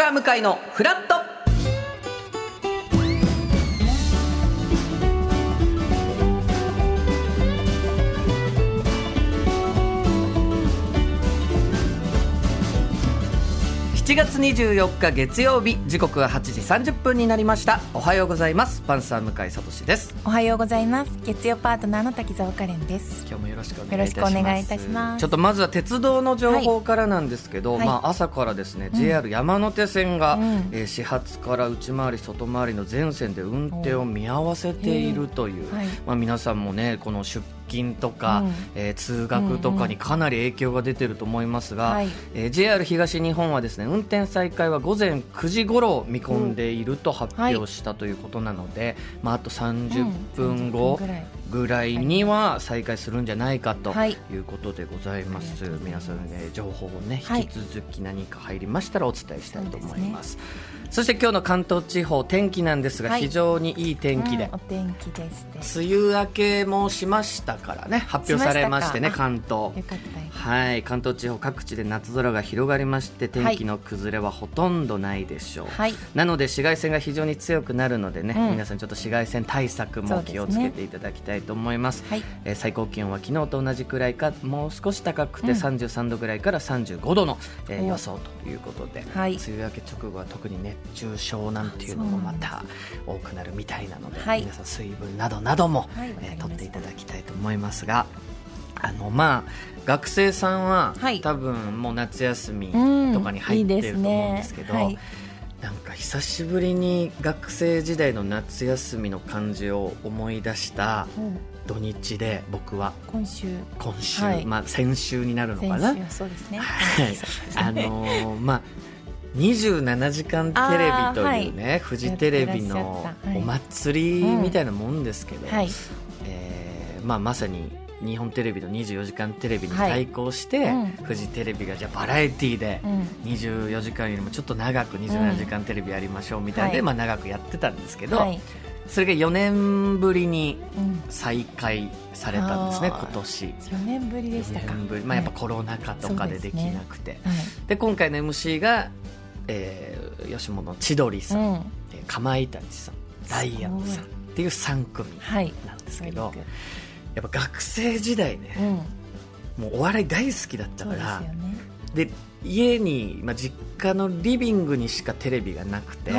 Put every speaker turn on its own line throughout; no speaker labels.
サー向井のフラット。7月24日月曜日、時刻は8時30分になりました。おはようございます。パンサー向井聡です。
おはようございます。月曜パートナーの滝沢カレンです。
今日もよろしくお
願いいたします。よろしくお願いいたします。
ちょっとまずは鉄道の情報からなんですけど、
はい
朝からですね、JR 山手線が、始発から内回り外回りの全線で運転を見合わせているという、皆さんもね、この出勤とか、通学とかにかなり影響が出ていると思いますが、JR 東日本はですね、運転再開は午前9時頃を見込んでいると発表したということなので、あと30分後ぐらいには再開するんじゃないかということでございます。皆さん、情報をね、引き続き何か入りましたらお伝えしたいと思います。そして今日の関東地方、天気なんですが、非常にいい天気で、
お天気でして、
梅雨明けもしましたからね、発表されましてね、関東、
よかったよ。
はい、関東地方各地で夏空が広がりまして、天気の崩れはほとんどないでしょう。なので紫外線が非常に強くなるのでね、皆さんちょっと紫外線対策も気をつけていただきたいと思います。最高気温は昨日と同じくらいかもう少し高くて、33度ぐらいから35度の、予想ということで、梅雨明け直後は特に熱中症なんていうのもまた多くなるみたいなので、皆さん水分などなども、取っていただきたいと思いますが、学生さんは、多分もう夏休みとかに入ってると思うんですけど、なんか久しぶりに学生時代の夏休みの感じを思い出した土日で、僕は今週、先週になるのかな。
そうですね。
27時間テレビというね、フジテレビのお祭りみたいなもんですけど、まさに日本テレビの24時間テレビに対抗して、フジテレビがじゃあバラエティで24時間よりもちょっと長く27時間テレビやりましょうみたいで、長くやってたんですけど、それが4年ぶりに再開されたんですね、今年。
4年ぶりでしたか。
やっぱコロナ禍とかでできなくて、で今回の MC が、吉本の千鳥さん、かまいたちさん、ダイアンさんっていう3組なんですけど、やっぱ学生時代ね、もうお笑い大好きだったから、で家に、実家のリビングにしかテレビがなくて、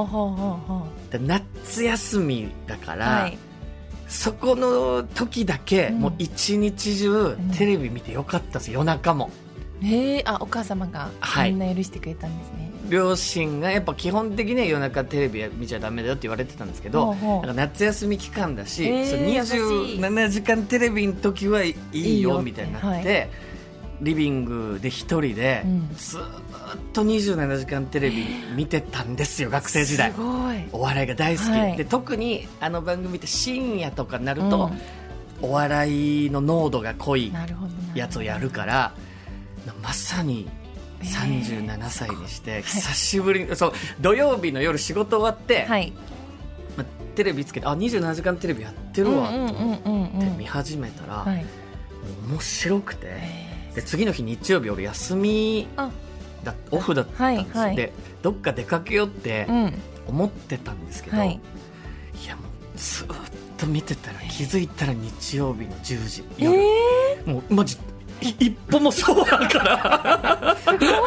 夏休みだから、そこの時だけ、もう一日中テレビ見てよかったです、夜中も。
お母様がみんな許してくれたんですね。
両親がやっぱ基本的には夜中テレビ見ちゃダメだよって言われてたんですけど、なんか夏休み期間だし、27時間テレビの時はいいよみたいになって、リビングで一人でずっと27時間テレビ見てたんですよ、学生時代。
すごい。
お笑いが大好き、で特にあの番組って深夜とかになると、お笑いの濃度が濃いやつをやるから、まさに37歳にして久しぶりに、土曜日の夜仕事終わって、テレビつけて、27時間テレビやってるわと思って見始めたら、面白くて、で次の日日曜日俺休みオフだったんですよ。でどっか出かけようって思ってたんですけど、いやもうずっと見てたら気づいたら日曜日の10時夜、もうマジ一歩もそうだから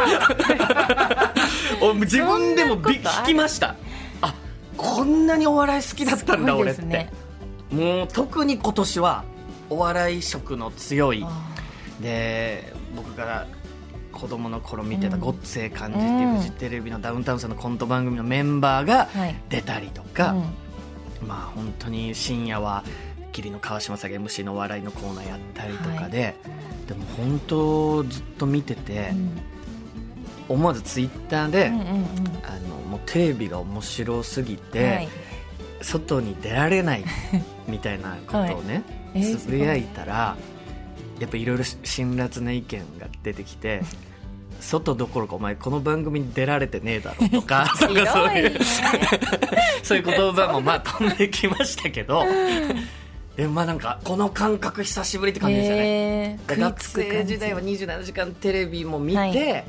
自分でも引きました。こんなにお笑い好きだったんだ、俺って。もう特に今年はお笑い色の強いで、僕が子供の頃見てたごっつええ感じっていうフジテレビのダウンタウンさんのコント番組のメンバーが出たりとか、本当に深夜は桐野川島さんが MC のお笑いのコーナーやったりとかで、でも本当ずっと見てて、思わずツイッターで、もうテレビが面白すぎて、外に出られないみたいなことをね、つぶやいたら、やっぱいろいろ辛辣な意見が出てきて、外どころかお前この番組に出られてねえだろとかそういう言葉も飛んできましたけど、でもなんかこの感覚久しぶりって感じですよね。学生時代は27時間テレビも見て、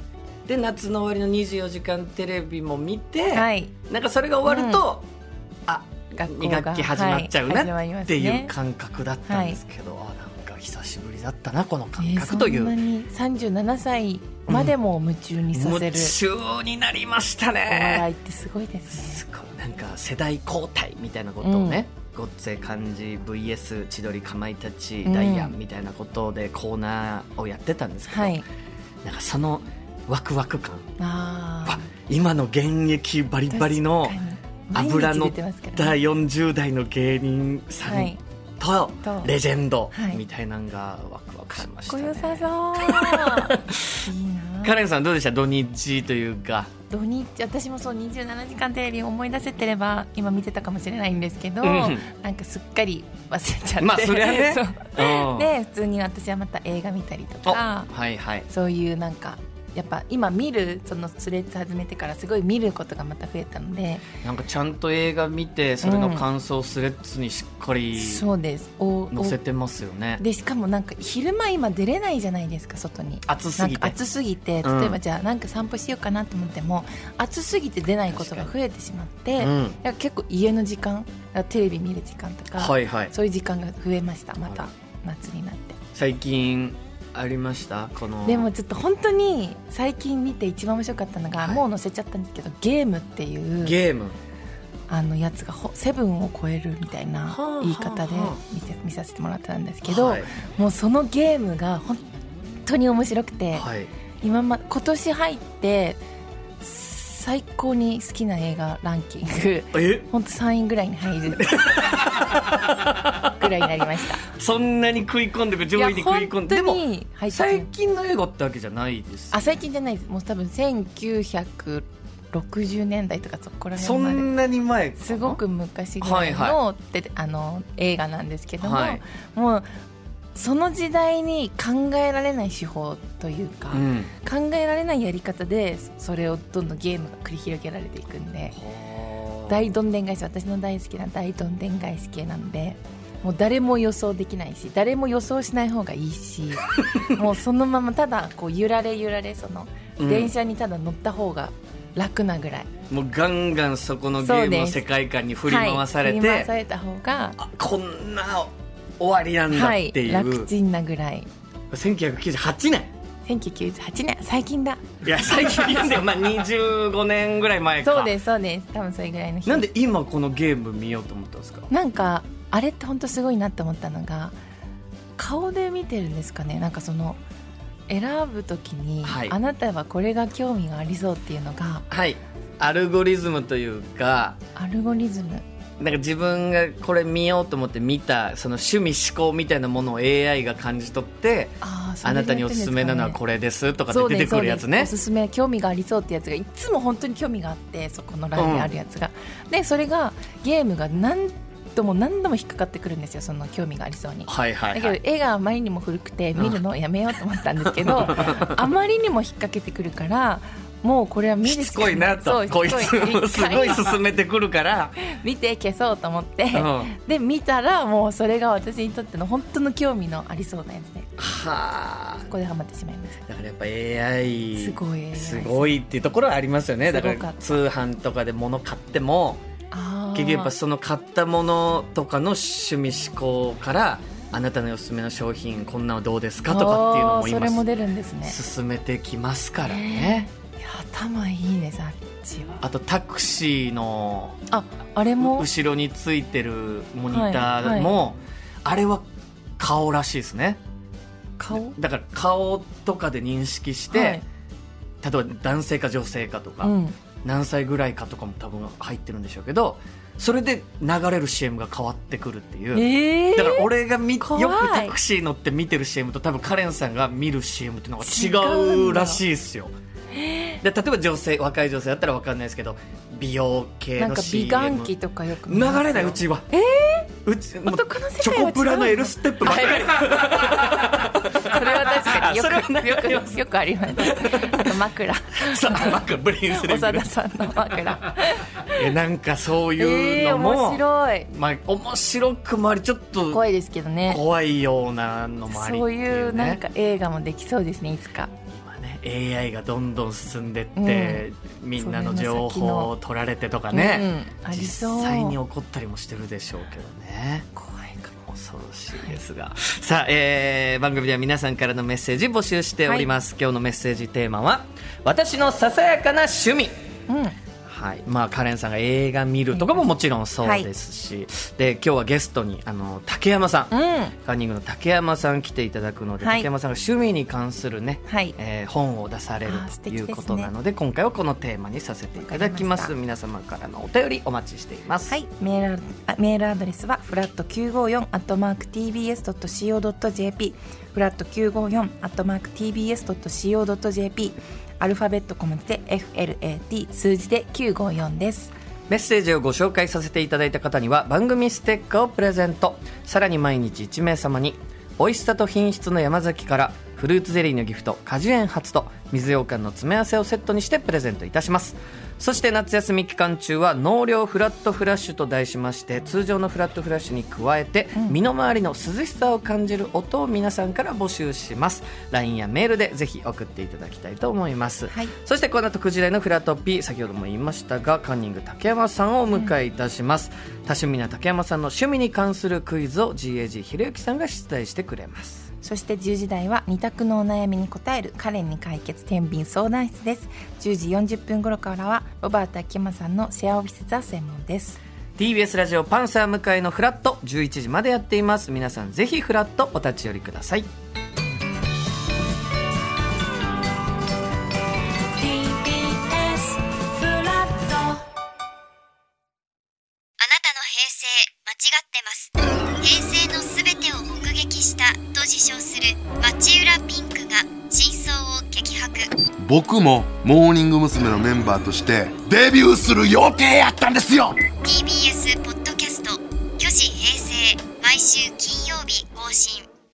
で夏の終わりの24時間テレビも見て、
はい、
なんかそれが終わると、
学校
2学期始まっちゃうな
はい
っていう感覚だったんですけど、なんか久しぶりだったなこの感覚という、
そんなに37歳までも夢中にさせる、
夢中になりましたね。
お笑いってすごいですね。
すごいなんか世代交代みたいなことをね、ごっつえ感じ VS 千鳥かまいたちダイアンみたいなことでコーナーをやってたんですけど、なんかそのワクワク感、今の現役バリバリの油乗った40代の芸人さんとレジェンドみたいなのがワクワクしましたね。
かっこよさそういいな。
カレンさんどうでした？土日というか。
土日、私もそう27時間テレビ思い出せてれば今見てたかもしれないんですけど、なんかすっかり忘れちゃって、
まあそりゃね
で普通に私はまた映画見たりとか、そういうなんかやっぱ今見るそのスレッズ始めてからすごい見ることがまた増えたので、
なんかちゃんと映画見てそれの感想をスレッズにしっかり載せてますよね。
でしかもなんか昼間今出れないじゃないですか、外に
暑すぎて
例えばじゃあなんか散歩しようかなと思っても暑すぎて出ないことが増えてしまって、結構家の時間、テレビ見る時間とか、そういう時間が増えました。また夏になって
最近ありましたこの。
でもちょっと本当に最近見て一番面白かったのが、もう載せちゃったんですけど、ゲームっていうやつがセブンを超えるみたいな言い方で見させてもらったんですけど、もうそのゲームが本当に面白くて、今年入って最高に好きな映画ランキング本当3位ぐらいに入るぐらいになりました。
そんなに食い込んで上位に食い込んで。でも最近の映画ってわけじゃないです。
最近じゃないです。もう多分1960年代とかそこら辺まで、
そんなに前かな、
すごく昔ぐらいの、映画なんですけども、もうその時代に考えられない手法というか、考えられないやり方でそれをどんどんゲームが繰り広げられていくんで、大どんでん返し、私の大好きな大どんでん返し系なので、もう誰も予想できないし誰も予想しない方がいいしもうそのままただこうゆられその電車にただ乗った方が楽なぐらい、
もうガンガンそこのゲームの世界観に振り回されて、
振り回された方が
こんな終わりなんだっていう、
楽ちんなぐらい。
1998年
最近だ。
いや最近ですよ、25年ぐらい前か。
そうです多分それぐらいの日。
なんで今このゲーム見ようと思ったんですか？
なんかあれって本当すごいなって思ったのが、顔で見てるんですかね。なんかその選ぶときに、あなたはこれが興味がありそうっていうのが、
アルゴリズムというか、
なんか
自分がこれ見ようと思って見たその趣味思考みたいなものを AI が感じ取って、あなたにおすすめなのはこれですとかで出てくるやつね。
おすすめ興味がありそうってやつがいつも本当に興味があって、そこの欄にあるやつが、でそれがゲームが何度も引っかかってくるんですよ、その興味がありそうに。だけど絵があまりにも古くて見るのをやめようと思ったんですけど、あまりにも引っ掛けてくるから、もうこれは見るしかない。
しつこいなと、こいつすごい進めてくるから
見て消そうと思って、で見たらもうそれが私にとっての本当の興味のありそうなやつで、そこでハマってしまいました。
だからやっぱ AI
す
ごいっていうところはありますよね。だから通販とかで物買っても結局やっぱその買ったものとかの趣味思考から、あなたのおすすめの商品こんなのどうですかとかっていうのも今
それも出るんですね。
進めてきますからね。
頭いいです、あっちは。
あとタクシーの
あれも
後ろについてるモニターも、あれは顔らしいですね。だから顔とかで認識して、例えば男性か女性かとか、何歳ぐらいかとかも多分入ってるんでしょうけど、それで流れる CM が変わってくるっていう、だから俺がよくタクシー乗って見てる CM と多分カレンさんが見る CM っていうのが違うらしいですよ。で例えば若い女性だったら分かんないですけど、美容系の CM
なんか美顔器とかよく見
流
ますよ。
れない、うちは
男の世界は違うんだ。
チョコプラの L ステップばっかり
それは確かによくあります。あと枕
ブリンスリング
長田さんの枕
なんかそういうのも、
面白い、
面白くもありちょっと
怖いですけどね、
怖いようなのもありっていう、ね、
そういうなんか映画もできそうですね、いつか。
AI がどんどん進んでって、みんなの情報を取られてとかね、実際に起こったりもしてるでしょうけどね。怖いかも恐ろしいですが、さあ、番組では皆さんからのメッセージ募集しております。今日のメッセージテーマは私のささやかな趣味。はい、まあ、カレンさんが映画見るとかももちろんそうですし、で今日はゲストに竹山さん、カンニングの竹山さん来ていただくので、竹山さんが趣味に関するね、本を出されるということなので、今回はこのテーマにさせていただきます。皆様からのお便りお待ちしています。
はい、メールアドレスはflat954@tbs.co.jp、フラット 954@tbs.co.jp、アルファベット小文字で FLAT 数字で954です。
メッセージをご紹介させていただいた方には番組ステッカーをプレゼント。さらに毎日1名様に美味しさと品質の山崎からフルーツゼリーのギフト果樹園初と水羊羹の詰め合わせをセットにしてプレゼントいたします。そして夏休み期間中は納涼フラットフラッシュと題しまして、通常のフラットフラッシュに加えて、身の回りの涼しさを感じる音を皆さんから募集します。 LINE やメールでぜひ送っていただきたいと思います。そしてこの後9時台のフラットP、先ほども言いましたがカンニング竹山さんをお迎えいたします。多趣味な竹山さんの趣味に関するクイズを GAG ひろゆきさんが出題してくれます。
そして10時台は2択のお悩みに答えるカレンに解決天秤相談室です。10時40分頃からはロバート秋山さんのシェアオフィスザ専門です。
TBS ラジオパンサー向井のフラット11時までやっています。皆さんぜひフラットお立ち寄りください。
TBS フラット。あなたの平成間違ってます。平成のすべてを目撃したと自称する町浦ピンクが真相を激白。
僕もモーニング娘。のメンバーとしてデビューする予定やったんですよ。
TBS ポッドキャスト、巨子平成、毎週金曜日更新。